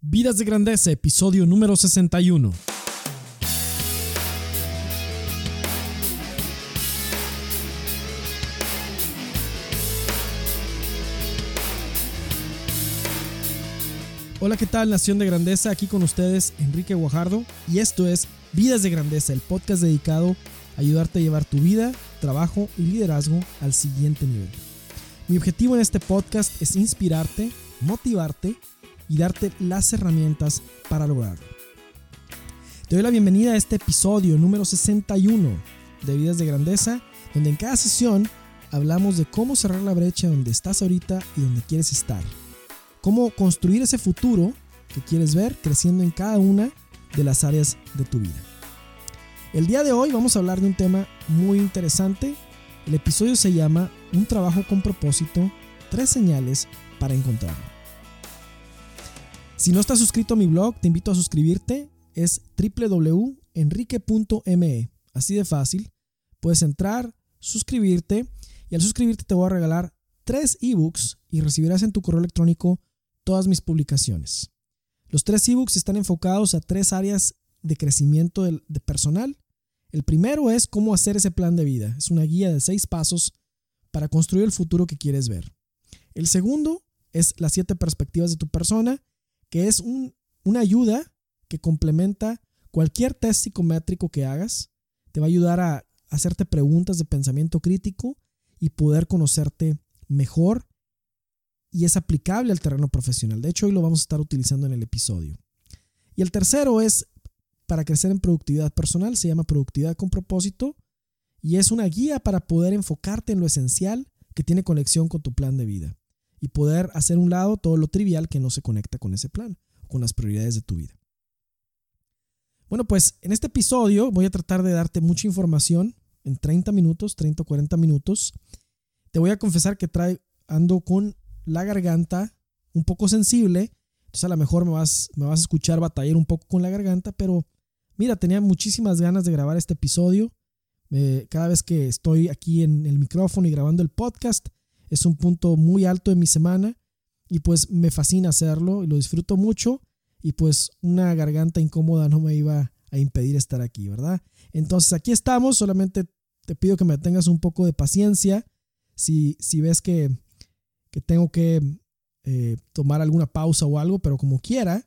Vidas de Grandeza, episodio número 61. Hola, ¿qué tal, Nación de Grandeza? Aquí con ustedes, Enrique Guajardo, y esto es Vidas de Grandeza, el podcast dedicado a ayudarte a llevar tu vida, trabajo y liderazgo al siguiente nivel. Mi objetivo en este podcast es inspirarte, motivarte y darte las herramientas para lograrlo. Te doy la bienvenida a este episodio número 61 de Vidas de Grandeza, donde en cada sesión hablamos de cómo cerrar la brecha donde estás ahorita y donde quieres estar. Cómo construir ese futuro que quieres ver creciendo en cada una de las áreas de tu vida. El día de hoy vamos a hablar de un tema muy interesante. El episodio se llama Un trabajo con propósito, 3 señales para encontrarlo. Si no estás suscrito a mi blog, te invito a suscribirte. Es www.enrique.me. Así de fácil. Puedes entrar, suscribirte, y al suscribirte te voy a regalar 3 ebooks y recibirás en tu correo electrónico todas mis publicaciones. Los 3 ebooks están enfocados a 3 áreas de crecimiento de personal. El primero es cómo hacer ese plan de vida. Es una guía de 6 pasos para construir el futuro que quieres ver. El segundo es las 7 perspectivas de tu persona, que es una ayuda que complementa cualquier test psicométrico que hagas. Te va a ayudar a hacerte preguntas de pensamiento crítico y poder conocerte mejor, y es aplicable al terreno profesional. De hecho, hoy lo vamos a estar utilizando en el episodio. Y el tercero es para crecer en productividad personal. Se llama Productividad con Propósito y es una guía para poder enfocarte en lo esencial que tiene conexión con tu plan de vida y poder hacer a un lado todo lo trivial que no se conecta con ese plan o con las prioridades de tu vida. Bueno, pues en este episodio voy a tratar de darte mucha información en 30 o 40 minutos. Te voy a confesar que ando con la garganta un poco sensible, entonces a lo mejor me vas a escuchar batallar un poco con la garganta, pero mira, tenía muchísimas ganas de grabar este episodio. Cada vez que estoy aquí en el micrófono y grabando el podcast, es un punto muy alto de mi semana y pues me fascina hacerlo y lo disfruto mucho, y pues una garganta incómoda no me iba a impedir estar aquí, ¿verdad? Entonces aquí estamos. Solamente te pido que me tengas un poco de paciencia. Si ves que tengo que tomar alguna pausa o algo, pero como quiera,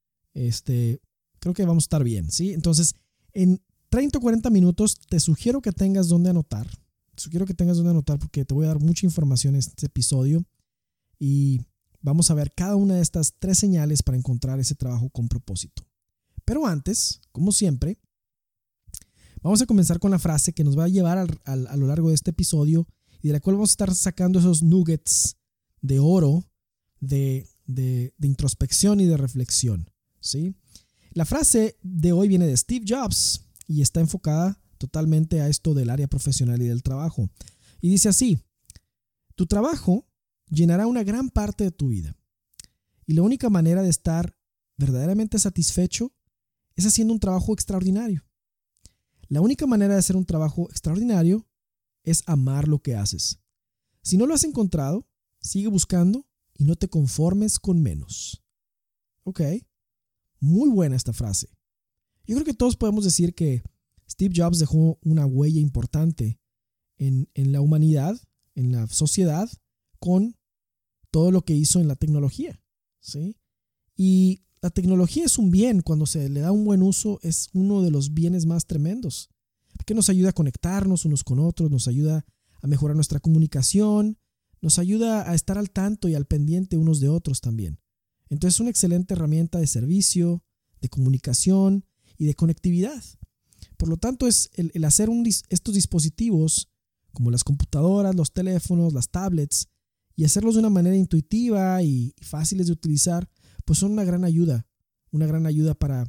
creo que vamos a estar bien, ¿sí? Entonces, en 30 o 40 minutos te sugiero que tengas donde anotar. Porque te voy a dar mucha información en este episodio y vamos a ver cada una de estas 3 señales para encontrar ese trabajo con propósito. Pero antes, como siempre, vamos a comenzar con la frase que nos va a llevar a lo largo de este episodio y de la cual vamos a estar sacando esos nuggets de oro de introspección y de reflexión, ¿sí? La frase de hoy viene de Steve Jobs y está enfocada totalmente a esto del área profesional y del trabajo. Y dice así: tu trabajo llenará una gran parte de tu vida y la única manera de estar verdaderamente satisfecho es haciendo un trabajo extraordinario. La única manera de hacer un trabajo extraordinario es amar lo que haces. Si no lo has encontrado, sigue buscando y no te conformes con menos. Ok, muy buena esta frase. Yo creo que todos podemos decir que Steve Jobs dejó una huella importante en la humanidad, en la sociedad, con todo lo que hizo en la tecnología, ¿sí? Y la tecnología es un bien. Cuando se le da un buen uso, es uno de los bienes más tremendos, porque nos ayuda a conectarnos unos con otros, nos ayuda a mejorar nuestra comunicación, nos ayuda a estar al tanto y al pendiente unos de otros también. Entonces es una excelente herramienta de servicio, de comunicación y de conectividad. Por lo tanto, es el hacer estos dispositivos como las computadoras, los teléfonos, las tablets, y hacerlos de una manera intuitiva y fáciles de utilizar, pues son una gran ayuda para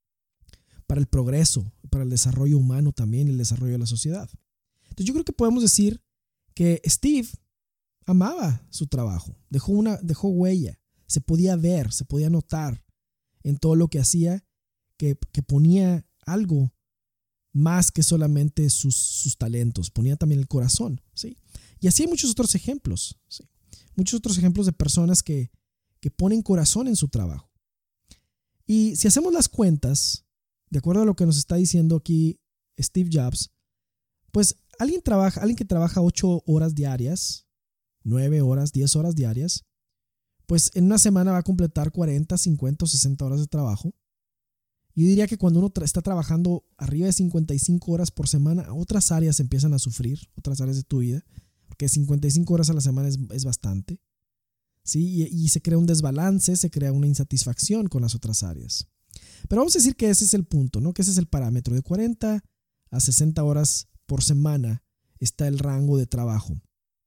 el progreso, para el desarrollo humano también, el desarrollo de la sociedad. Entonces yo creo que podemos decir que Steve amaba su trabajo, dejó huella, se podía ver, se podía notar en todo lo que hacía, que ponía algo más que solamente sus talentos, ponía también el corazón, ¿sí? Y así hay muchos otros ejemplos, ¿sí? Muchos otros ejemplos de personas que ponen corazón en su trabajo. Y si hacemos las cuentas, de acuerdo a lo que nos está diciendo aquí Steve Jobs, pues alguien que trabaja 8 horas diarias, 9 horas, 10 horas diarias, pues en una semana va a completar 40, 50 o 60 horas de trabajo. Yo diría que cuando uno está trabajando arriba de 55 horas por semana, otras áreas empiezan a sufrir, otras áreas de tu vida, porque 55 horas a la semana es bastante, ¿sí? Y se crea un desbalance, se crea una insatisfacción con las otras áreas. Pero vamos a decir que ese es el punto, ¿no? Que ese es el parámetro. De 40 a 60 horas por semana está el rango de trabajo.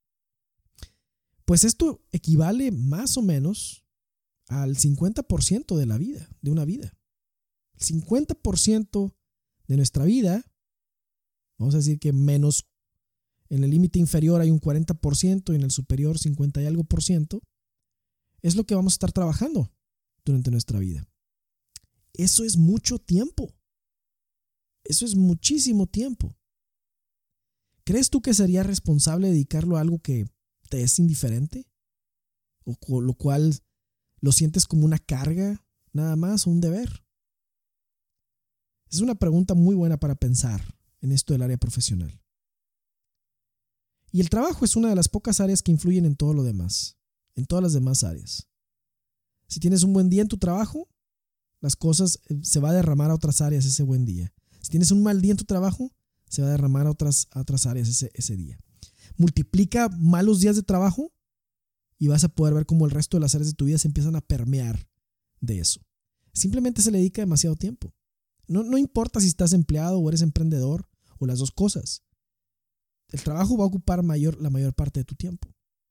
Pues esto equivale más o menos al 50% de la vida, de una vida. El 50% de nuestra vida, vamos a decir que menos, en el límite inferior hay un 40% y en el superior 50 y algo por ciento, es lo que vamos a estar trabajando durante nuestra vida. Eso es mucho tiempo. Eso es muchísimo tiempo. ¿Crees tú que sería responsable dedicarlo a algo que te es indiferente? ¿O lo cual lo sientes como una carga nada más o un deber? Es una pregunta muy buena para pensar en esto del área profesional. Y el trabajo es una de las pocas áreas que influyen en todo lo demás, en todas las demás áreas. Si tienes un buen día en tu trabajo, las cosas se va a derramar a otras áreas ese buen día. Si tienes un mal día en tu trabajo, se va a derramar a otras áreas ese día. Multiplica malos días de trabajo y vas a poder ver cómo el resto de las áreas de tu vida se empiezan a permear de eso. Simplemente se le dedica demasiado tiempo. No importa si estás empleado o eres emprendedor o las dos cosas. El trabajo va a ocupar la mayor parte de tu tiempo.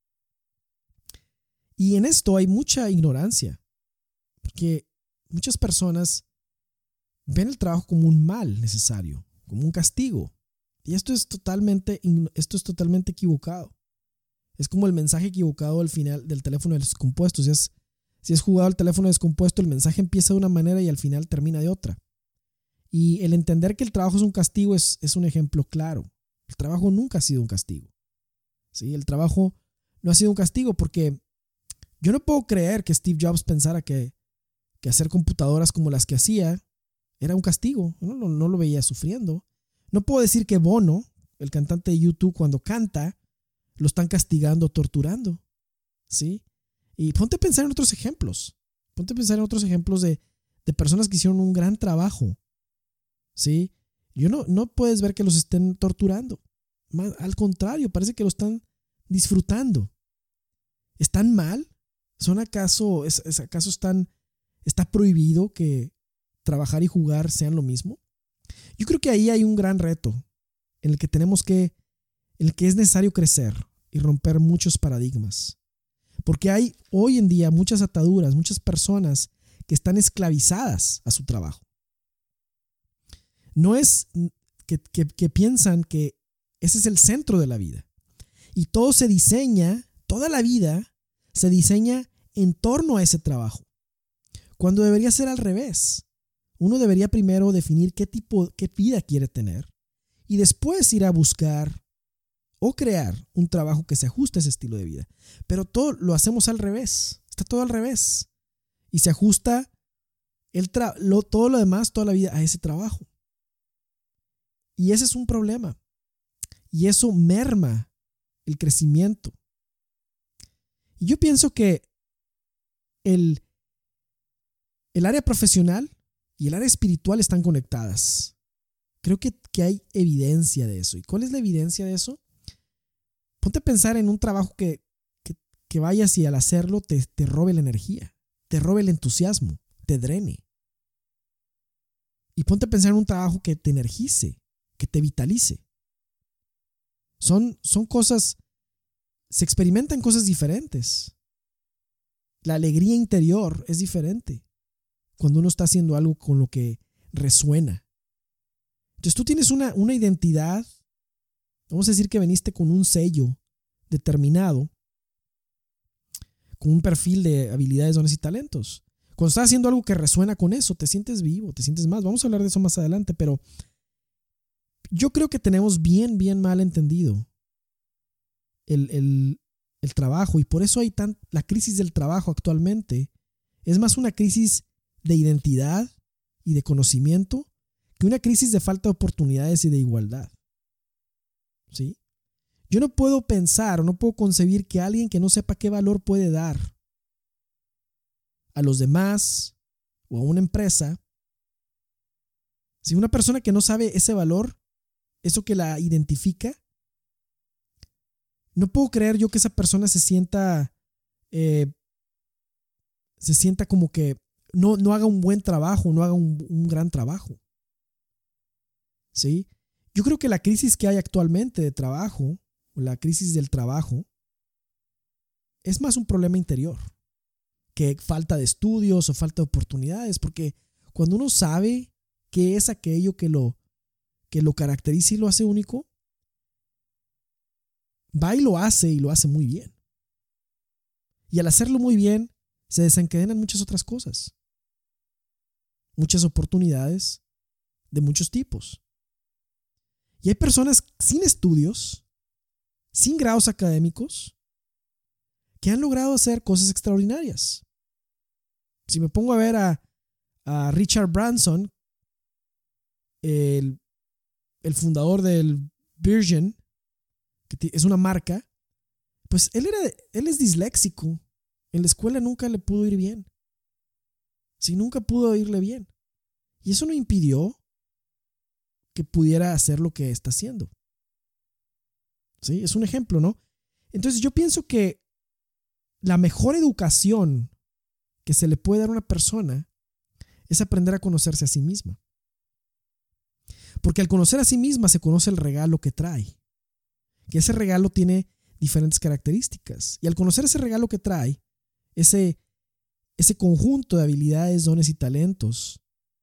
Y en esto hay mucha ignorancia, porque muchas personas ven el trabajo como un mal necesario, como un castigo. Y esto es totalmente equivocado. Es como el mensaje equivocado al final del teléfono descompuesto. Si has jugado al teléfono descompuesto, el mensaje empieza de una manera y al final termina de otra. Y el entender que el trabajo es un castigo es un ejemplo claro. El trabajo nunca ha sido un castigo. ¿Sí? El trabajo no ha sido un castigo porque yo no puedo creer que Steve Jobs pensara que hacer computadoras como las que hacía era un castigo. No lo veía sufriendo. No puedo decir que Bono, el cantante de U2, cuando canta, lo están castigando, torturando. ¿Sí? Y ponte a pensar en otros ejemplos. Ponte a pensar en otros ejemplos de personas que hicieron un gran trabajo. ¿Sí? No puedes ver que los estén torturando. Al contrario, parece que lo están disfrutando. ¿Están mal? ¿Acaso está prohibido que trabajar y jugar sean lo mismo? Yo creo que ahí hay un gran reto en el que es necesario crecer y romper muchos paradigmas. Porque hay hoy en día muchas ataduras, muchas personas que están esclavizadas a su trabajo. No es que piensan que ese es el centro de la vida. Y toda la vida se diseña en torno a ese trabajo. Cuando debería ser al revés. Uno debería primero definir qué vida quiere tener y después ir a buscar o crear un trabajo que se ajuste a ese estilo de vida. Pero todo lo hacemos al revés. Está todo al revés. Y se ajusta todo lo demás, toda la vida a ese trabajo. Y ese es un problema. Y eso merma el crecimiento. Y yo pienso que el área profesional y el área espiritual están conectadas. Creo que hay evidencia de eso. ¿Y cuál es la evidencia de eso? Ponte a pensar en un trabajo que vayas y al hacerlo te robe la energía, te robe el entusiasmo, te drene. Y ponte a pensar en un trabajo que te energice, que te vitalice. Son cosas, se experimentan cosas diferentes. La alegría interior es diferente cuando uno está haciendo algo con lo que resuena. Entonces tú tienes una identidad, vamos a decir que veniste con un sello determinado, con un perfil de habilidades, dones y talentos. Cuando estás haciendo algo que resuena con eso, te sientes vivo, te sientes más. Vamos a hablar de eso más adelante, pero yo creo que tenemos bien mal entendido el trabajo y por eso hay la crisis del trabajo actualmente es más una crisis de identidad y de conocimiento que una crisis de falta de oportunidades y de igualdad. ¿Sí? Yo no puedo pensar o no puedo concebir que alguien que no sepa qué valor puede dar a los demás o a una empresa, si una persona que no sabe ese valor, eso que la identifica, no puedo creer yo que esa persona se sienta como que no haga un buen trabajo, no haga un gran trabajo. ¿Sí? Yo creo que la crisis que hay actualmente de trabajo, la crisis del trabajo, es más un problema interior que falta de estudios o falta de oportunidades, porque cuando uno sabe qué es aquello que lo caracteriza y lo hace único, va y lo hace muy bien. Y al hacerlo muy bien, se desencadenan muchas otras cosas, muchas oportunidades de muchos tipos. Y hay personas sin estudios, sin grados académicos, que han logrado hacer cosas extraordinarias. Si me pongo a ver a Richard Branson, el fundador del Virgin, que es una marca, pues él es disléxico. En la escuela nunca le pudo ir bien. Sí, nunca pudo irle bien. Y eso no impidió que pudiera hacer lo que está haciendo. Sí, es un ejemplo, ¿no? Entonces yo pienso que la mejor educación que se le puede dar a una persona es aprender a conocerse a sí misma. Porque al conocer a sí misma se conoce el regalo que trae. Que ese regalo tiene diferentes características. Y al conocer ese regalo que trae, ese conjunto de habilidades, dones y talentos,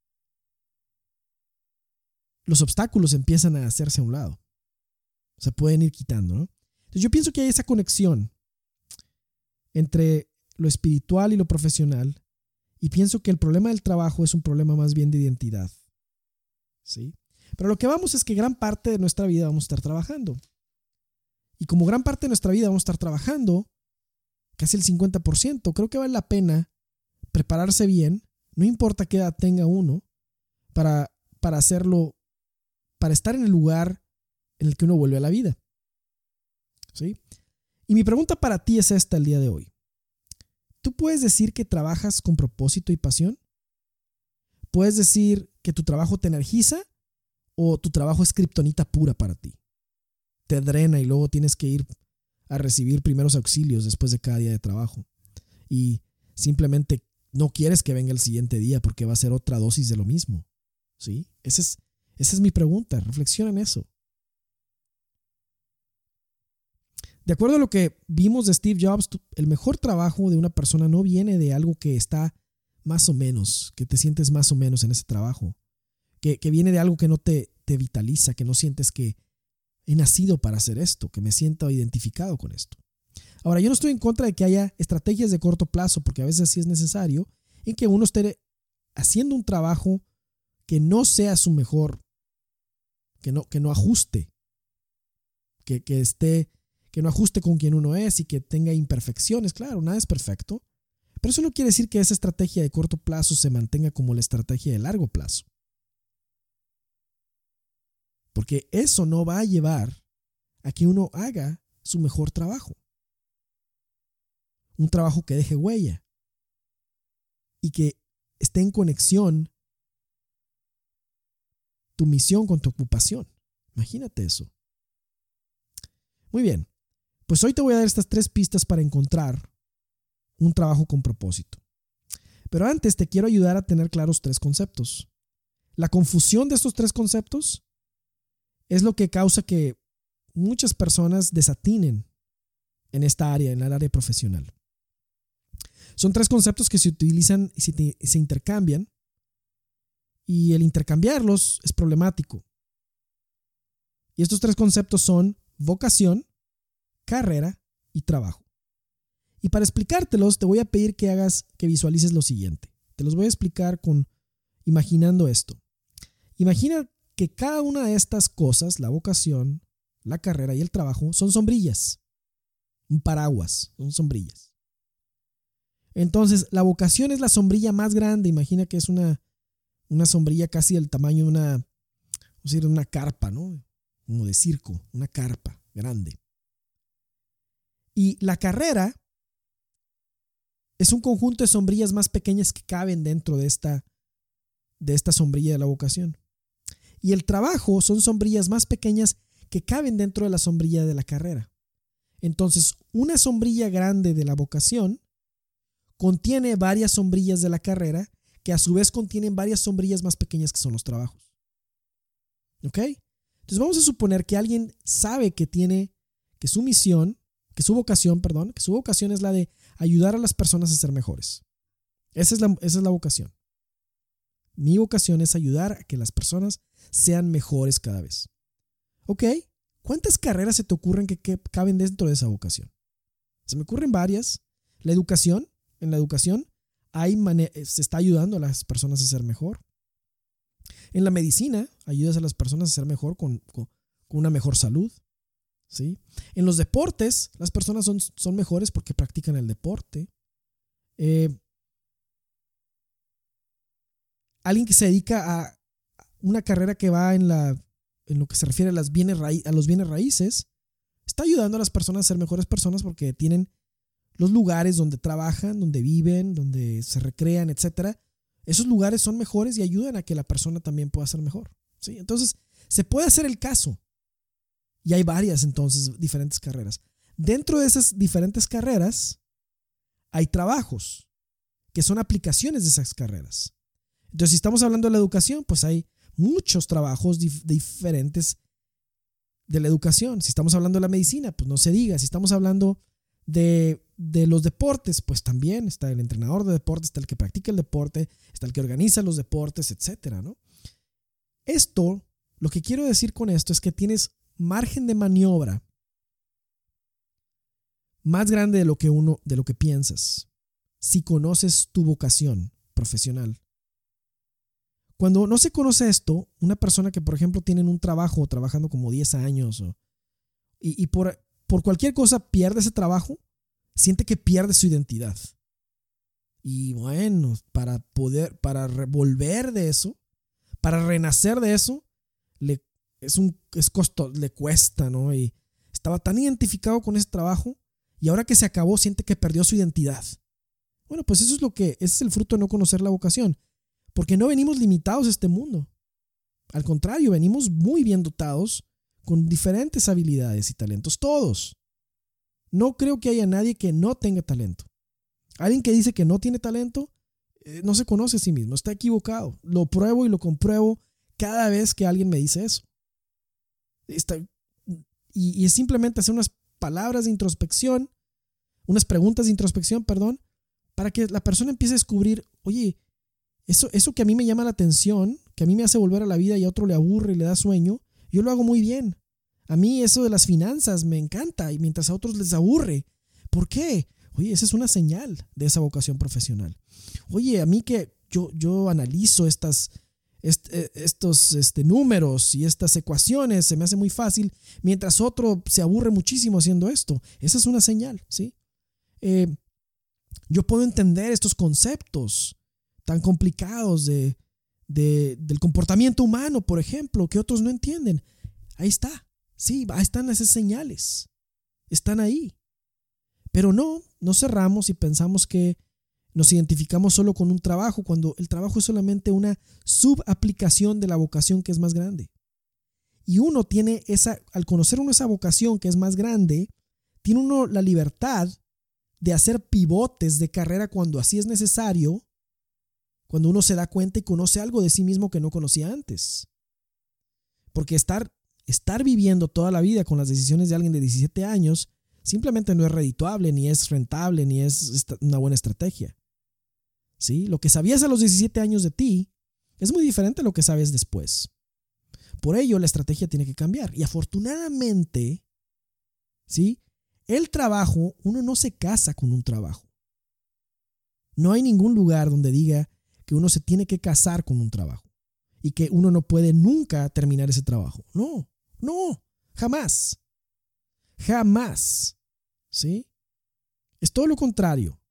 los obstáculos empiezan a hacerse a un lado. Se pueden ir quitando, ¿no? Entonces yo pienso que hay esa conexión entre lo espiritual y lo profesional, y pienso que el problema del trabajo es un problema más bien de identidad. ¿Sí? Pero lo que vamos es que gran parte de nuestra vida vamos a estar trabajando. Y como gran parte de nuestra vida vamos a estar trabajando, casi el 50%, creo que vale la pena prepararse bien, no importa qué edad tenga uno, para hacerlo, para estar en el lugar en el que uno vuelve a la vida. ¿Sí? Y mi pregunta para ti es esta el día de hoy. ¿Tú puedes decir que trabajas con propósito y pasión? ¿Puedes decir que tu trabajo te energiza o tu trabajo es kriptonita pura para ti? Te drena y luego tienes que ir a recibir primeros auxilios después de cada día de trabajo. Y simplemente no quieres que venga el siguiente día porque va a ser otra dosis de lo mismo. ¿Sí? Esa es mi pregunta. Reflexiona en eso. De acuerdo a lo que vimos de Steve Jobs, el mejor trabajo de una persona no viene de algo que está más o menos, que te sientes más o menos en ese trabajo, que viene de algo que no te vitaliza, que no sientes que he nacido para hacer esto, que me siento identificado con esto. Ahora, yo no estoy en contra de que haya estrategias de corto plazo, porque a veces sí es necesario, en que uno esté haciendo un trabajo que no sea su mejor, que no ajuste, que no ajuste con quien uno es y que tenga imperfecciones. Claro, nada es perfecto, pero eso no quiere decir que esa estrategia de corto plazo se mantenga como la estrategia de largo plazo. Porque eso no va a llevar a que uno haga su mejor trabajo. Un trabajo que deje huella y que esté en conexión tu misión con tu ocupación. Imagínate eso. Muy bien. Pues hoy te voy a dar estas 3 pistas para encontrar un trabajo con propósito. Pero antes te quiero ayudar a tener claros 3 conceptos. La confusión de estos 3 conceptos es lo que causa que muchas personas desatinen en esta área, en el área profesional. Son 3 conceptos que se utilizan y se intercambian, y el intercambiarlos es problemático. Y estos 3 conceptos son vocación, carrera y trabajo. Y para explicártelos te voy a pedir que visualices lo siguiente. Te los voy a explicar imaginando esto. Imagina que cada una de estas cosas, la vocación, la carrera y el trabajo, son sombrillas. Un paraguas, son sombrillas. Entonces, la vocación es la sombrilla más grande. Imagina que es una sombrilla casi del tamaño de una carpa, ¿no? Como de circo, una carpa grande. Y la carrera es un conjunto de sombrillas más pequeñas que caben dentro de esta sombrilla de la vocación. Y el trabajo son sombrillas más pequeñas que caben dentro de la sombrilla de la carrera. Entonces, una sombrilla grande de la vocación contiene varias sombrillas de la carrera que a su vez contienen varias sombrillas más pequeñas que son los trabajos. ¿Ok? Entonces vamos a suponer que alguien sabe que su vocación es la de ayudar a las personas a ser mejores. Esa es la vocación. Mi vocación es ayudar a que las personas sean mejores cada vez. ¿Ok? ¿Cuántas carreras se te ocurren que caben dentro de esa vocación? Se me ocurren varias. En la educación se está ayudando a las personas a ser mejor. En la medicina ayudas a las personas a ser mejor con una mejor salud. ¿Sí? En los deportes las personas son mejores porque practican el deporte. Alguien que se dedica a una carrera que va en lo que se refiere a los bienes raíces, está ayudando a las personas a ser mejores personas porque tienen los lugares donde trabajan, donde viven, donde se recrean, etc. Esos lugares son mejores y ayudan a que la persona también pueda ser mejor. ¿Sí? Entonces, se puede hacer el caso. Y hay varias, entonces, diferentes carreras. Dentro de esas diferentes carreras, hay trabajos que son aplicaciones de esas carreras. Entonces, si estamos hablando de la educación, pues hay muchos trabajos diferentes de la educación. Si estamos hablando de la medicina, pues no se diga. Si estamos hablando de los deportes, pues también está el entrenador de deportes, está el que practica el deporte, está el que organiza los deportes, etcétera, ¿no? Lo que quiero decir con esto es que tienes margen de maniobra más grande de lo que piensas si conoces tu vocación profesional. Cuando no se conoce esto, una persona que, por ejemplo, tiene un trabajo trabajando como 10 años y por cualquier cosa pierde ese trabajo, siente que pierde su identidad. Y bueno, para revolver de eso, para renacer de eso, le cuesta, ¿no? Y estaba tan identificado con ese trabajo y ahora que se acabó siente que perdió su identidad. Bueno, pues ese es el fruto de no conocer la vocación, porque no venimos limitados a este mundo. Al contrario, venimos muy bien dotados con diferentes habilidades y talentos, todos. No creo que haya nadie que no tenga talento. Alguien que dice que no tiene talento, no se conoce a sí mismo, está equivocado. Lo pruebo y lo compruebo cada vez que alguien me dice eso. Y es simplemente hacer unas palabras de introspección, unas preguntas de introspección, para que la persona empiece a descubrir, oye, eso que a mí me llama la atención, que a mí me hace volver a la vida y a otro le aburre y le da sueño, yo lo hago muy bien. A mí eso de las finanzas me encanta y mientras a otros les aburre. ¿Por qué? Oye, esa es una señal de esa vocación profesional. Oye, a mí que yo analizo estos números y estas ecuaciones, se me hace muy fácil, mientras otro se aburre muchísimo haciendo esto. Esa es una señal, ¿sí? Yo puedo entender estos conceptos tan complicados del comportamiento humano, por ejemplo, que otros no entienden. Ahí está, sí, ahí están esas señales, están ahí. Pero no cerramos y pensamos que nos identificamos solo con un trabajo, cuando el trabajo es solamente una subaplicación de la vocación que es más grande. Y uno tiene al conocer uno esa vocación que es más grande, tiene uno la libertad de hacer pivotes de carrera cuando así es necesario, cuando uno se da cuenta y conoce algo de sí mismo que no conocía antes. Porque estar viviendo toda la vida con las decisiones de alguien de 17 años simplemente no es redituable, ni es rentable, ni es una buena estrategia. ¿Sí? Lo que sabías a los 17 años de ti es muy diferente a lo que sabes después. Por ello, la estrategia tiene que cambiar. Y afortunadamente, ¿sí? El trabajo, uno no se casa con un trabajo. No hay ningún lugar donde diga que uno se tiene que casar con un trabajo y que uno no puede nunca terminar ese trabajo. No, jamás. Jamás. ¿Sí? Es todo lo contrario.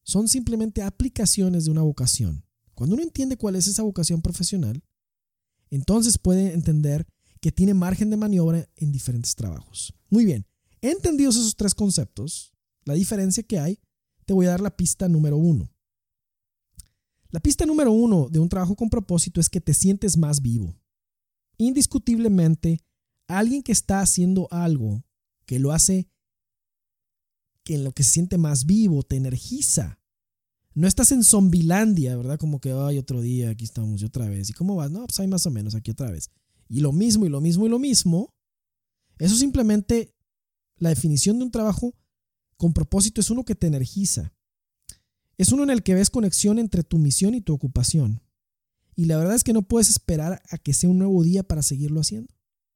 son simplemente aplicaciones de una vocación. Cuando uno entiende cuál es esa vocación profesional, entonces puede entender que tiene margen de maniobra en diferentes trabajos. Muy bien, entendidos esos tres conceptos, la diferencia que hay, te voy a dar la pista número 1. La pista número 1 de un trabajo con propósito es que te sientes más vivo. Indiscutiblemente, alguien que está haciendo algo que lo hace, que en lo que se siente más vivo, te energiza. No estás en Zombilandia, ¿verdad? Como que, ay, otro día, aquí estamos y otra vez. ¿Y cómo vas? No, pues hay más o menos aquí otra vez. Y lo mismo, y lo mismo, y lo mismo. Eso simplemente, la definición de un trabajo con propósito es uno que te energiza. Es uno en el que ves conexión entre tu misión y tu ocupación. Y la verdad es que no puedes esperar a que sea un nuevo día para seguirlo haciendo.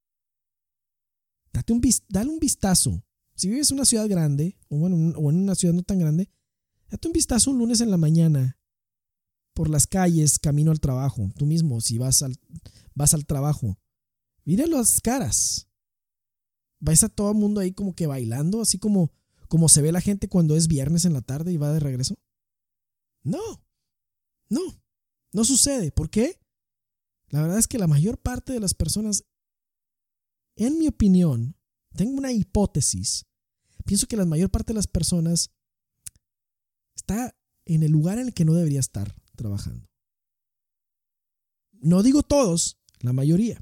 Dale un vistazo. Si vives en una ciudad grande, o en una ciudad no tan grande, date un vistazo un lunes en la mañana por las calles, camino al trabajo. Tú mismo, si vas al trabajo, mira las caras. ¿Ves a todo el mundo ahí como que bailando, así como se ve la gente cuando es viernes en la tarde y va de regreso? No sucede. ¿Por qué? La verdad es que la mayor parte de las personas, en mi opinión, tengo una hipótesis. Pienso que la mayor parte de las personas está en el lugar en el que no debería estar trabajando. No digo todos, la mayoría.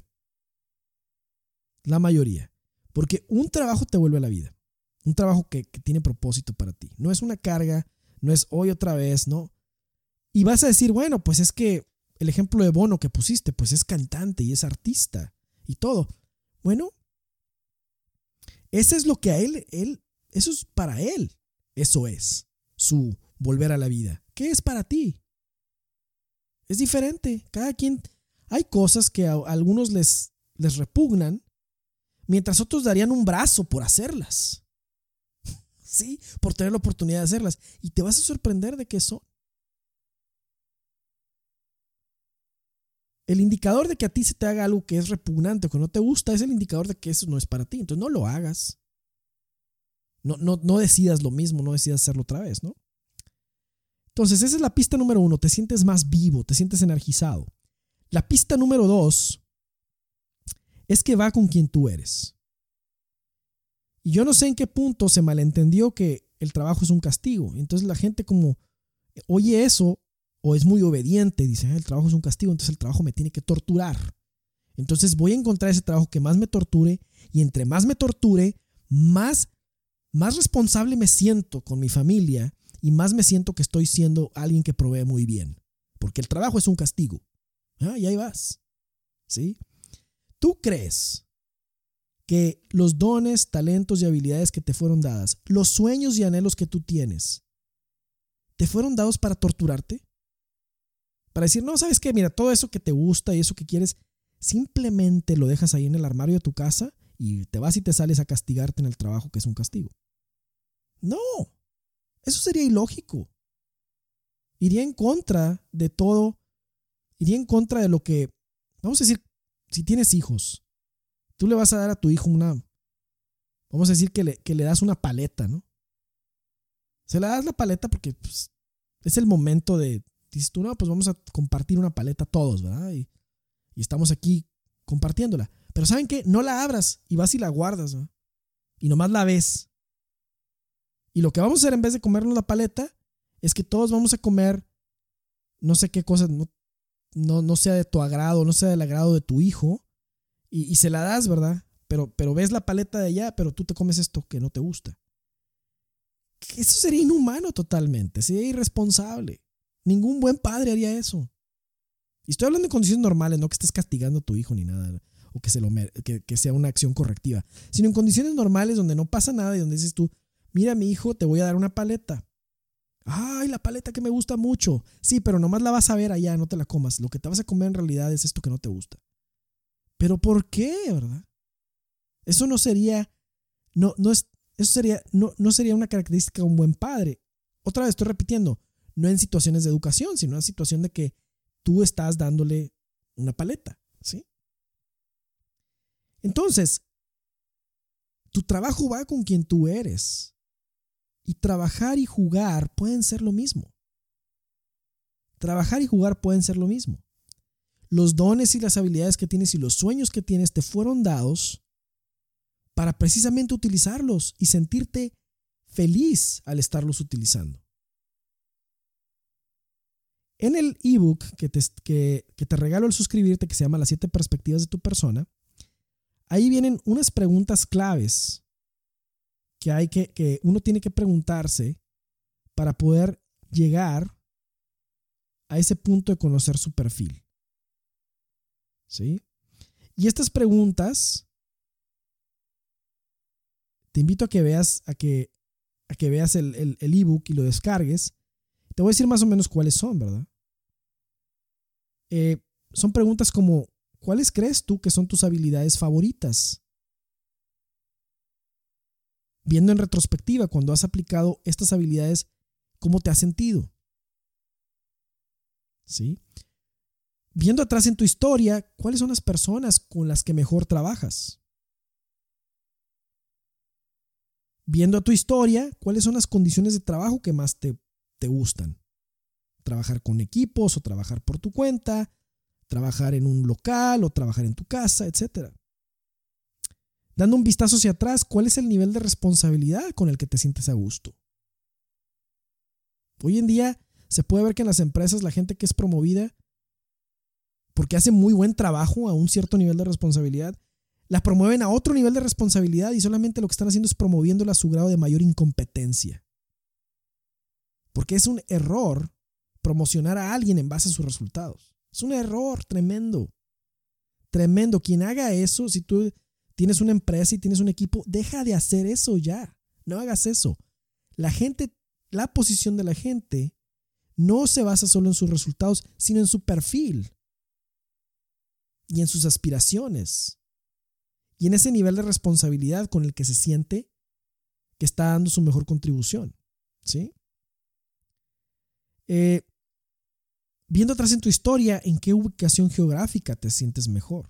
La mayoría. Porque un trabajo te vuelve a la vida. Un trabajo que tiene propósito para ti. No es una carga, no es hoy otra vez, ¿no? Y vas a decir, bueno, pues es que el ejemplo de Bono que pusiste, pues es cantante y es artista y todo. Bueno, eso es lo que a él, eso es para él. Eso es su volver a la vida. ¿Qué es para ti? Es diferente. Cada quien, hay cosas que a algunos les repugnan, mientras otros darían un brazo por hacerlas. Sí, por tener la oportunidad de hacerlas. Y te vas a sorprender de qué son. El indicador de que a ti se te haga algo que es repugnante o que no te gusta es el indicador de que eso no es para ti. Entonces no lo hagas. No decidas lo mismo, no decidas hacerlo otra vez, ¿no? Entonces esa es la pista número 1. Te sientes más vivo, te sientes energizado. La pista número 2 es que va con quien tú eres. Y yo no sé en qué punto se malentendió que el trabajo es un castigo. Entonces la gente como oye eso o es muy obediente, dice, el trabajo es un castigo, entonces el trabajo me tiene que torturar. Entonces voy a encontrar ese trabajo que más me torture y entre más me torture, más responsable me siento con mi familia y más me siento que estoy siendo alguien que provee muy bien. Porque el trabajo es un castigo. Y ahí vas. ¿Sí? ¿Tú crees que los dones, talentos y habilidades que te fueron dadas, los sueños y anhelos que tú tienes, te fueron dados para torturarte? Para decir, no, ¿sabes qué? Mira, todo eso que te gusta y eso que quieres, simplemente lo dejas ahí en el armario de tu casa y te vas y te sales a castigarte en el trabajo que es un castigo. No, eso sería ilógico. Iría en contra de todo, iría en contra de lo que, vamos a decir, si tienes hijos, tú le vas a dar a tu hijo vamos a decir que le das una paleta, ¿no? Se la das la paleta porque pues, es el momento dices tú, no, pues vamos a compartir una paleta todos, ¿verdad? Y estamos aquí compartiéndola. Pero ¿saben qué? No la abras y vas y la guardas, ¿no? Y nomás la ves. Y lo que vamos a hacer en vez de comernos la paleta es que todos vamos a comer no sé qué cosa, no sea de tu agrado, no sea del agrado de tu hijo y se la das, ¿verdad? Pero ves la paleta de allá, pero tú te comes esto que no te gusta. Eso sería inhumano totalmente, sería irresponsable. Ningún buen padre haría eso. Y estoy hablando de condiciones normales, no que estés castigando a tu hijo ni nada, o que sea una acción correctiva, sino en condiciones normales donde no pasa nada y donde dices tú, mira mi hijo, te voy a dar una paleta. Ay, la paleta que me gusta mucho. Sí, pero nomás la vas a ver allá, no te la comas. Lo que te vas a comer en realidad es esto que no te gusta. ¿Pero por qué, verdad? Eso no sería, no sería una característica de un buen padre. Otra vez estoy repitiendo, no en situaciones de educación, sino en una situación de que tú estás dándole una paleta, ¿sí? Entonces, tu trabajo va con quien tú eres. Y trabajar y jugar pueden ser lo mismo. Trabajar y jugar pueden ser lo mismo. Los dones y las habilidades que tienes y los sueños que tienes te fueron dados para precisamente utilizarlos y sentirte feliz al estarlos utilizando. En el ebook que te regalo al suscribirte, que se llama Las 7 perspectivas de tu persona, ahí vienen unas preguntas claves que uno tiene que preguntarse para poder llegar a ese punto de conocer su perfil. ¿Sí? Y estas preguntas te invito a que veas el ebook y lo descargues. Te voy a decir más o menos cuáles son, ¿verdad? Son preguntas como: ¿cuáles crees tú que son tus habilidades favoritas? Viendo en retrospectiva, cuando has aplicado estas habilidades, ¿cómo te has sentido? ¿Sí? Viendo atrás en tu historia, ¿cuáles son las personas con las que mejor trabajas? Viendo a tu historia, ¿cuáles son las condiciones de trabajo que más te gustan? Trabajar con equipos o trabajar por tu cuenta, trabajar en un local o trabajar en tu casa, etc. Dando un vistazo hacia atrás, ¿cuál es el nivel de responsabilidad con el que te sientes a gusto? Hoy en día se puede ver que en las empresas la gente que es promovida porque hace muy buen trabajo a un cierto nivel de responsabilidad, la promueven a otro nivel de responsabilidad y solamente lo que están haciendo es promoviéndola a su grado de mayor incompetencia. Porque es un error promocionar a alguien en base a sus resultados. Es un error tremendo. Tremendo. Quien haga eso, si tú tienes una empresa y tienes un equipo, deja de hacer eso ya. No hagas eso. La posición de la gente no se basa solo en sus resultados, sino en su perfil y en sus aspiraciones y en ese nivel de responsabilidad con el que se siente que está dando su mejor contribución. ¿Sí? Viendo atrás en tu historia, ¿en qué ubicación geográfica te sientes mejor?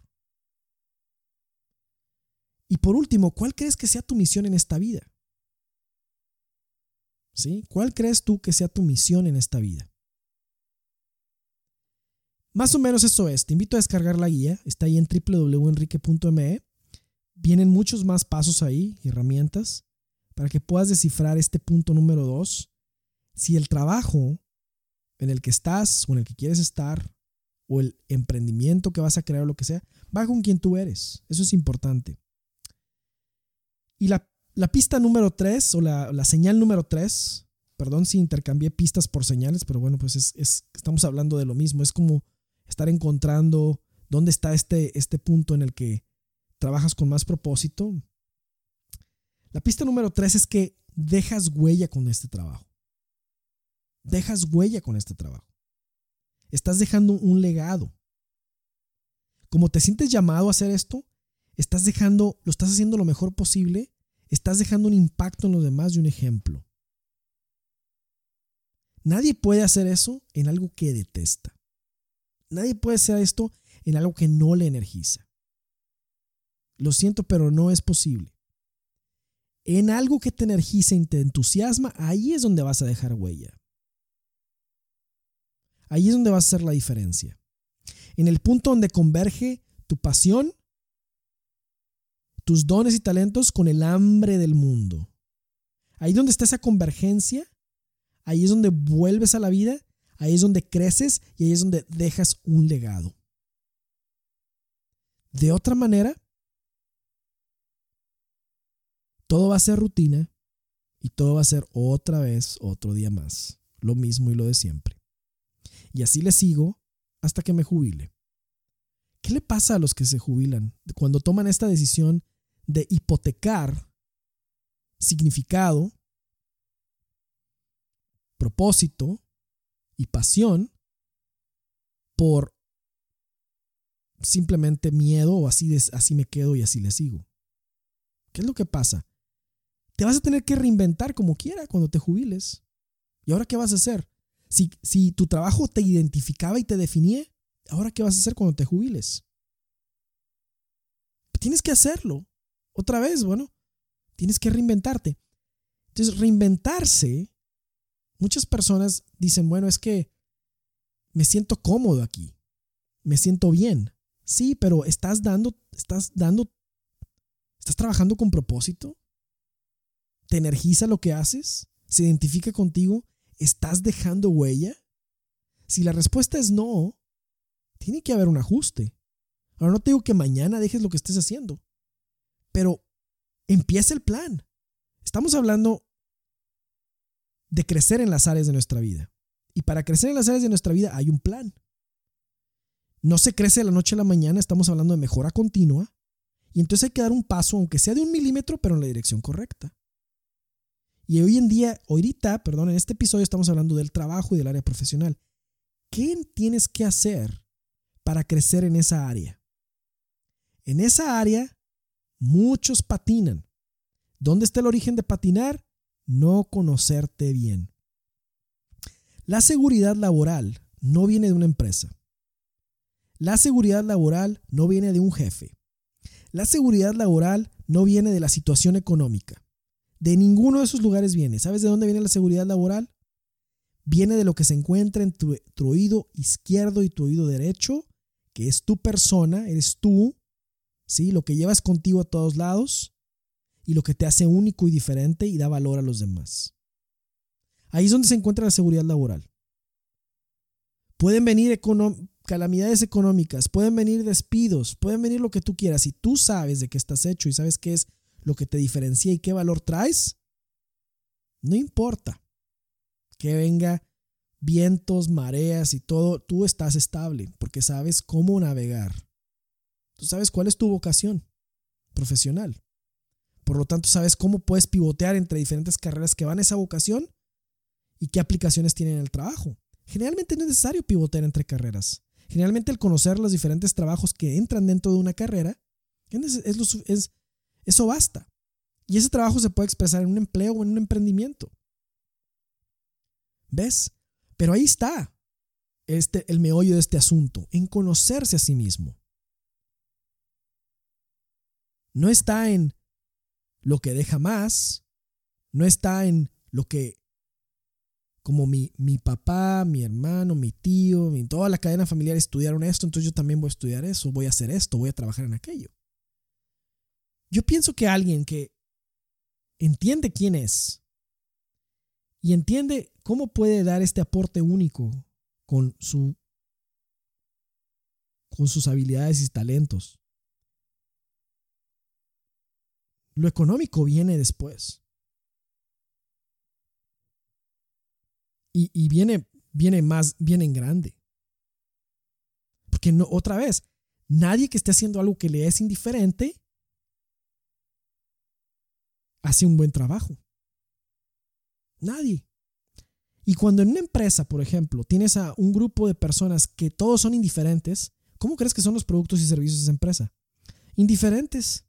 Y por último, ¿cuál crees que sea tu misión en esta vida? ¿Sí? ¿Cuál crees tú que sea tu misión en esta vida? Más o menos eso es. Te invito a descargar la guía. Está ahí en www.enrique.me. Vienen muchos más pasos ahí, herramientas, para que puedas descifrar este punto número 2. Si el trabajo en el que estás o en el que quieres estar o el emprendimiento que vas a crear o lo que sea, va con quien tú eres. Eso es importante. Y la pista número 3 o la señal número 3, perdón si intercambié pistas por señales, pero bueno, pues estamos hablando de lo mismo. Es como estar encontrando dónde está este punto en el que trabajas con más propósito. La pista número 3 es que dejas huella con este trabajo. Dejas huella con este trabajo. Estás dejando un legado. Como te sientes llamado a hacer esto, lo estás haciendo lo mejor posible, estás dejando un impacto en los demás y un ejemplo. Nadie puede hacer eso en algo que detesta. Nadie puede hacer esto en algo que no le energiza. Lo siento, pero no es posible. En algo que te energiza y te entusiasma, ahí es donde vas a dejar huella. Ahí es donde vas a hacer la diferencia. En el punto donde converge tu pasión, tus dones y talentos con el hambre del mundo. Ahí donde está esa convergencia, ahí es donde vuelves a la vida, ahí es donde creces y ahí es donde dejas un legado. De otra manera, todo va a ser rutina y todo va a ser otra vez otro día más. Lo mismo y lo de siempre. Y así le sigo hasta que me jubile. ¿Qué le pasa a los que se jubilan cuando toman esta decisión de hipotecar significado, propósito y pasión por simplemente miedo o así me quedo y así le sigo? ¿Qué es lo que pasa? Te vas a tener que reinventar como quiera cuando te jubiles. ¿Y ahora qué vas a hacer? Si tu trabajo te identificaba y te definía, ¿ahora qué vas a hacer cuando te jubiles? Tienes que hacerlo. Otra vez, bueno, tienes que reinventarte. Entonces, reinventarse, muchas personas dicen, bueno, es que me siento cómodo aquí, me siento bien. Sí, pero estás trabajando con propósito. ¿Te energiza lo que haces? ¿Se identifica contigo? ¿Estás dejando huella? Si la respuesta es no, tiene que haber un ajuste. Ahora no te digo que mañana dejes lo que estés haciendo, pero empieza el plan. Estamos hablando de crecer en las áreas de nuestra vida. Y para crecer en las áreas de nuestra vida hay un plan. No se crece de la noche a la mañana, estamos hablando de mejora continua. Y entonces hay que dar un paso, aunque sea de 1 milímetro, pero en la dirección correcta. Y ahorita, en este episodio estamos hablando del trabajo y del área profesional. ¿Qué tienes que hacer para crecer en esa área? En esa área, muchos patinan. ¿Dónde está el origen de patinar? No conocerte bien. La seguridad laboral no viene de una empresa. La seguridad laboral no viene de un jefe. La seguridad laboral no viene de la situación económica. De ninguno de esos lugares viene. ¿Sabes de dónde viene la seguridad laboral? Viene de lo que se encuentra en tu oído izquierdo y tu oído derecho, que es tu persona, eres tú, ¿sí? Lo que llevas contigo a todos lados y lo que te hace único y diferente y da valor a los demás. Ahí es donde se encuentra la seguridad laboral. Pueden venir calamidades económicas, pueden venir despidos, pueden venir lo que tú quieras. Si tú sabes de qué estás hecho y sabes qué es lo que te diferencia y qué valor traes, no importa que venga vientos, mareas y todo, tú estás estable porque sabes cómo navegar. Tú sabes cuál es tu vocación profesional. Por lo tanto, sabes cómo puedes pivotear entre diferentes carreras que van a esa vocación y qué aplicaciones tienen en el trabajo. Generalmente no es necesario pivotear entre carreras. Generalmente el conocer los diferentes trabajos que entran dentro de una carrera, eso basta. Y ese trabajo se puede expresar en un empleo o en un emprendimiento. ¿Ves? Pero ahí está el meollo de este asunto, en conocerse a sí mismo. No está en lo que deja más, no está en lo que, como mi papá, mi hermano, mi tío, toda la cadena familiar estudiaron esto, entonces yo también voy a estudiar eso, voy a hacer esto, voy a trabajar en aquello. Yo pienso que alguien que entiende quién es y entiende cómo puede dar este aporte único con sus habilidades y talentos. Lo económico viene después. Y viene en grande. Porque no, otra vez, nadie que esté haciendo algo que le es indiferente hace un buen trabajo. Nadie. Y cuando en una empresa, por ejemplo, tienes a un grupo de personas que todos son indiferentes, ¿cómo crees que son los productos y servicios de esa empresa? Indiferentes.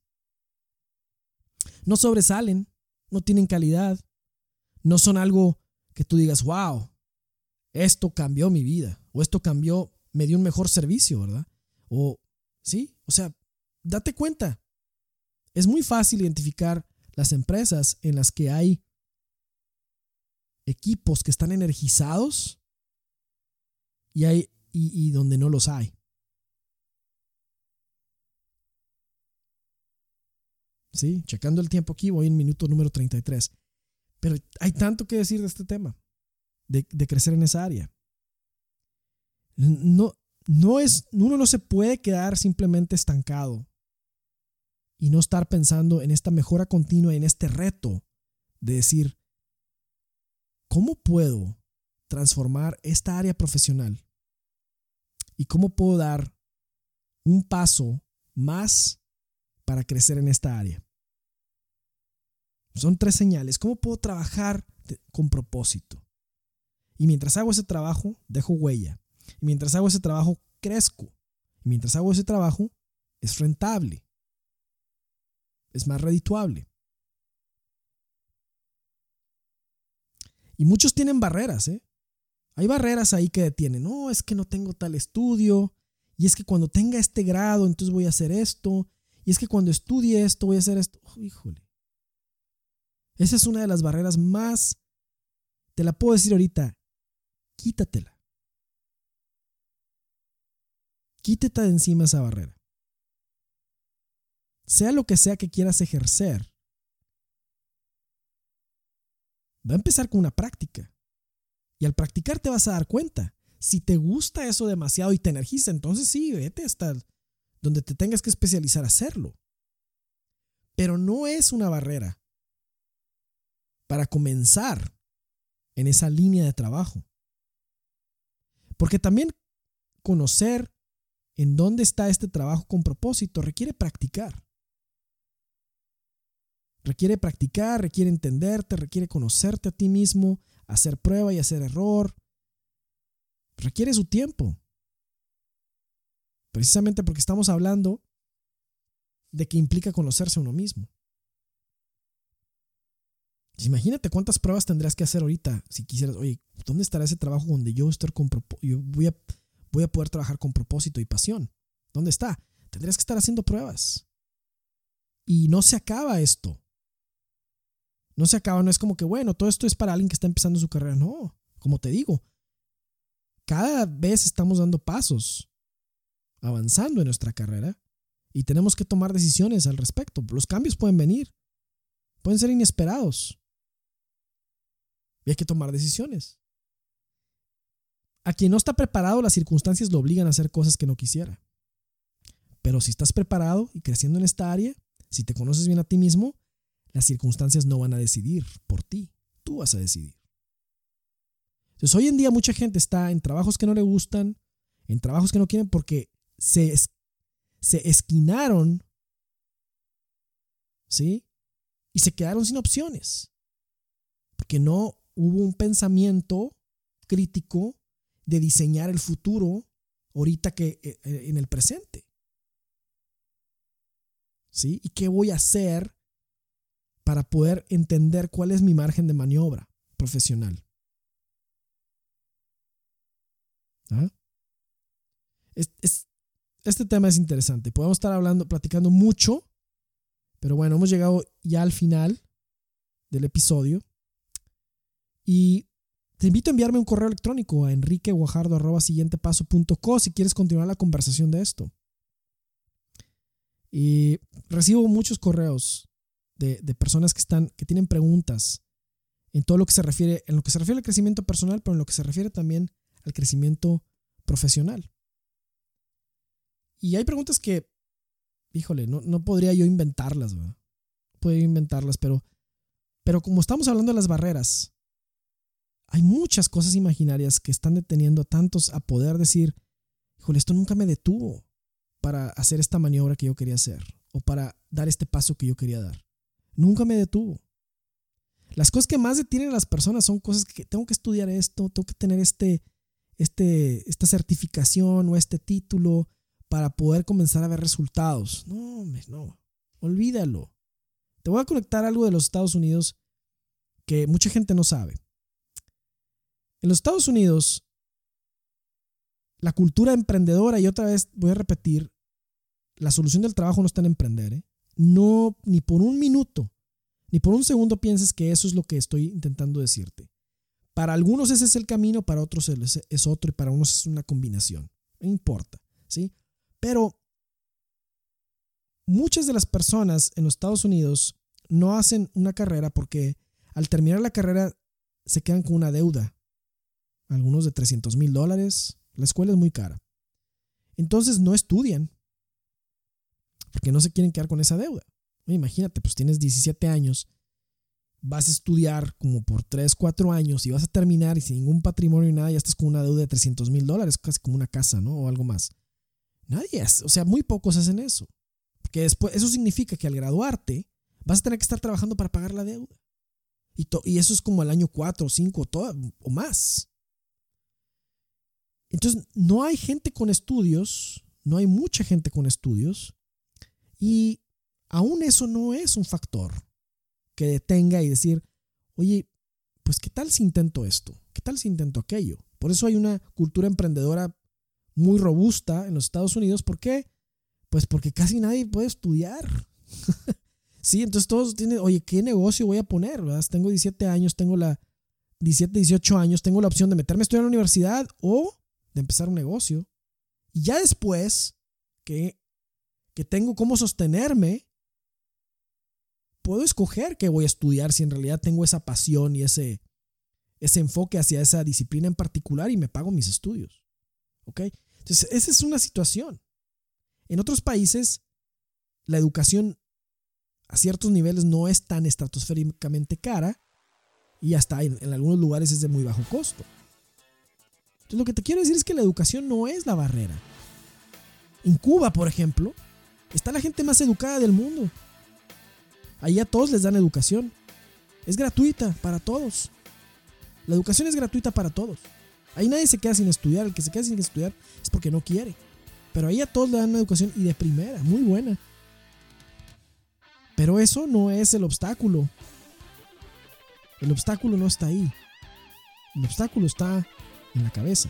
No sobresalen, no tienen calidad, no son algo que tú digas, wow, esto cambió mi vida, o esto me dio un mejor servicio, ¿verdad? Sí, o sea, date cuenta. Es muy fácil identificar las empresas en las que hay equipos que están energizados y donde no los hay. ¿Sí? Checando el tiempo aquí, voy en minuto número 33. Pero hay tanto que decir de este tema, de crecer en esa área. Uno no se puede quedar simplemente estancado y no estar pensando en esta mejora continua, en este reto de decir, ¿cómo puedo transformar esta área profesional? ¿Y cómo puedo dar un paso más para crecer en esta área? Son 3 señales. ¿Cómo puedo trabajar con propósito? Y mientras hago ese trabajo, dejo huella. Y mientras hago ese trabajo, crezco. Y mientras hago ese trabajo, es rentable. Es más redituable. Y muchos tienen barreras, ¿eh? Hay barreras ahí que detienen. No, es que no tengo tal estudio. Y es que cuando tenga este grado, entonces voy a hacer esto. Y es que cuando estudie esto, voy a hacer esto. Oh, híjole. Esa es una de las barreras más, te la puedo decir ahorita, quítatela. Quítate de encima esa barrera. Sea lo que sea que quieras ejercer, va a empezar con una práctica. Y al practicar te vas a dar cuenta. Si te gusta eso demasiado y te energiza, entonces sí, vete hasta donde te tengas que especializar a hacerlo. Pero no es una barrera para comenzar en esa línea de trabajo. Porque también conocer en dónde está este trabajo con propósito requiere practicar. Requiere practicar, requiere entenderte, requiere conocerte a ti mismo, hacer prueba y hacer error. Requiere su tiempo. Precisamente porque estamos hablando de que implica conocerse a uno mismo. Imagínate cuántas pruebas tendrías que hacer ahorita si quisieras, oye, ¿dónde estará ese trabajo donde yo voy a poder trabajar con propósito y pasión? ¿Dónde está? Tendrías que estar haciendo pruebas. Y no se acaba esto. No se acaba, no es como que, bueno, todo esto es para alguien que está empezando su carrera. No, como te digo, cada vez estamos dando pasos, avanzando en nuestra carrera y tenemos que tomar decisiones al respecto. Los cambios pueden venir, pueden ser inesperados y hay que tomar decisiones. A quien no está preparado, las circunstancias lo obligan a hacer cosas que no quisiera. Pero si estás preparado y creciendo en esta área, si te conoces bien a ti mismo, las circunstancias no van a decidir por ti. Tú vas a decidir. Entonces, hoy en día mucha gente está en trabajos que no le gustan, en trabajos que no quieren porque se esquinaron, ¿sí? Y se quedaron sin opciones. Porque no hubo un pensamiento crítico de diseñar el futuro ahorita que en el presente. ¿Sí? ¿Y qué voy a hacer para poder entender cuál es mi margen de maniobra profesional? ¿Ah? Este tema es interesante. Podemos estar platicando mucho, pero bueno, hemos llegado ya al final del episodio. Y te invito a enviarme un correo electrónico a enriqueguajardo@siguientepaso.co si quieres continuar la conversación de esto. Y recibo muchos correos de personas que tienen preguntas en todo lo que se refiere, en lo que se refiere al crecimiento personal, pero en lo que se refiere también al crecimiento profesional. Y hay preguntas que, híjole, no podría yo inventarlas, ¿verdad? Podría inventarlas, pero como estamos hablando de las barreras, hay muchas cosas imaginarias que están deteniendo a tantos a poder decir, híjole, esto nunca me detuvo para hacer esta maniobra que yo quería hacer o para dar este paso que yo quería dar. Nunca me detuvo. Las cosas que más detienen a las personas son cosas que tengo que estudiar esto, tengo que tener esta certificación o este título para poder comenzar a ver resultados. No, olvídalo. Te voy a conectar algo de los Estados Unidos que mucha gente no sabe. En los Estados Unidos, la cultura emprendedora, y otra vez voy a repetir, la solución del trabajo no está en emprender, ¿eh? No, ni por un minuto, ni por un segundo pienses que eso es lo que estoy intentando decirte. Para algunos ese es el camino, para otros es otro y para unos es una combinación. No importa, ¿sí? Pero muchas de las personas en los Estados Unidos no hacen una carrera porque al terminar la carrera se quedan con una deuda. Algunos de $300,000. La escuela es muy cara. Entonces no estudian porque no se quieren quedar con esa deuda. Imagínate, pues tienes 17 años, vas a estudiar como por 3, 4 años y vas a terminar y sin ningún patrimonio y nada, ya estás con una deuda de $300,000, casi como una casa, ¿no? O algo más. Muy pocos hacen eso. Porque después, eso significa que al graduarte vas a tener que estar trabajando para pagar la deuda. Y eso es como al año 4 o 5 o más. Entonces, no hay gente con estudios, no hay mucha gente con estudios, y aún eso no es un factor que detenga y decir, oye, pues ¿qué tal si intento esto? ¿Qué tal si intento aquello? Por eso hay una cultura emprendedora muy robusta en los Estados Unidos. ¿Por qué? Pues porque casi nadie puede estudiar. Sí, entonces todos tienen, oye, ¿qué negocio voy a poner? ¿Verdad? Tengo 17 años, 18 años, tengo la opción de meterme a estudiar en la universidad o de empezar un negocio. Y ya después que tengo cómo sostenerme, puedo escoger qué voy a estudiar si en realidad tengo esa pasión y ese enfoque hacia esa disciplina en particular y me pago mis estudios. ¿Ok? Entonces, esa es una situación. En otros países, la educación a ciertos niveles no es tan estratosféricamente cara y hasta en algunos lugares es de muy bajo costo. Entonces, lo que te quiero decir es que la educación no es la barrera. En Cuba, por ejemplo, está la gente más educada del mundo. Ahí a todos les dan educación. Es gratuita para todos. La educación es gratuita para todos. Ahí nadie se queda sin estudiar. El que se queda sin estudiar es porque no quiere. Pero ahí a todos le dan una educación y de primera, muy buena. Pero eso no es el obstáculo. El obstáculo no está ahí. El obstáculo está en la cabeza.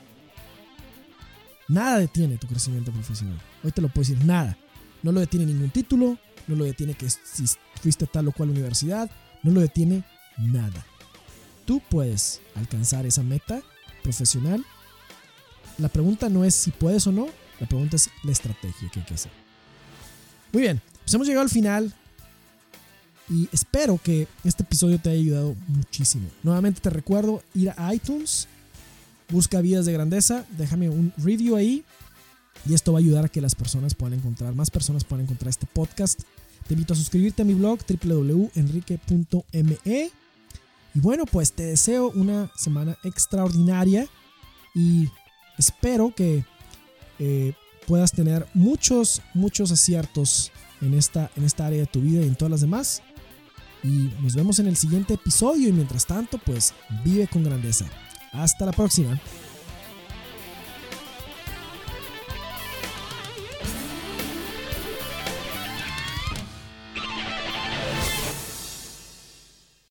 Nada detiene tu crecimiento profesional. Hoy te lo puedo decir, nada. No lo detiene ningún título, no lo detiene que si fuiste a tal o cual universidad, no lo detiene nada. Tú puedes alcanzar esa meta profesional. La pregunta no es si puedes o no, la pregunta es la estrategia que hay que hacer. Muy bien, pues hemos llegado al final y espero que este episodio te haya ayudado muchísimo. Nuevamente te recuerdo ir a iTunes, busca Vidas de Grandeza, déjame un review ahí y esto va a ayudar a que más personas puedan encontrar este podcast. Te invito a suscribirte a mi blog www.enrique.me y bueno, pues te deseo una semana extraordinaria y espero que puedas tener muchos aciertos en esta área de tu vida y en todas las demás. Y nos vemos en el siguiente episodio y mientras tanto, pues vive con grandeza. Hasta la próxima.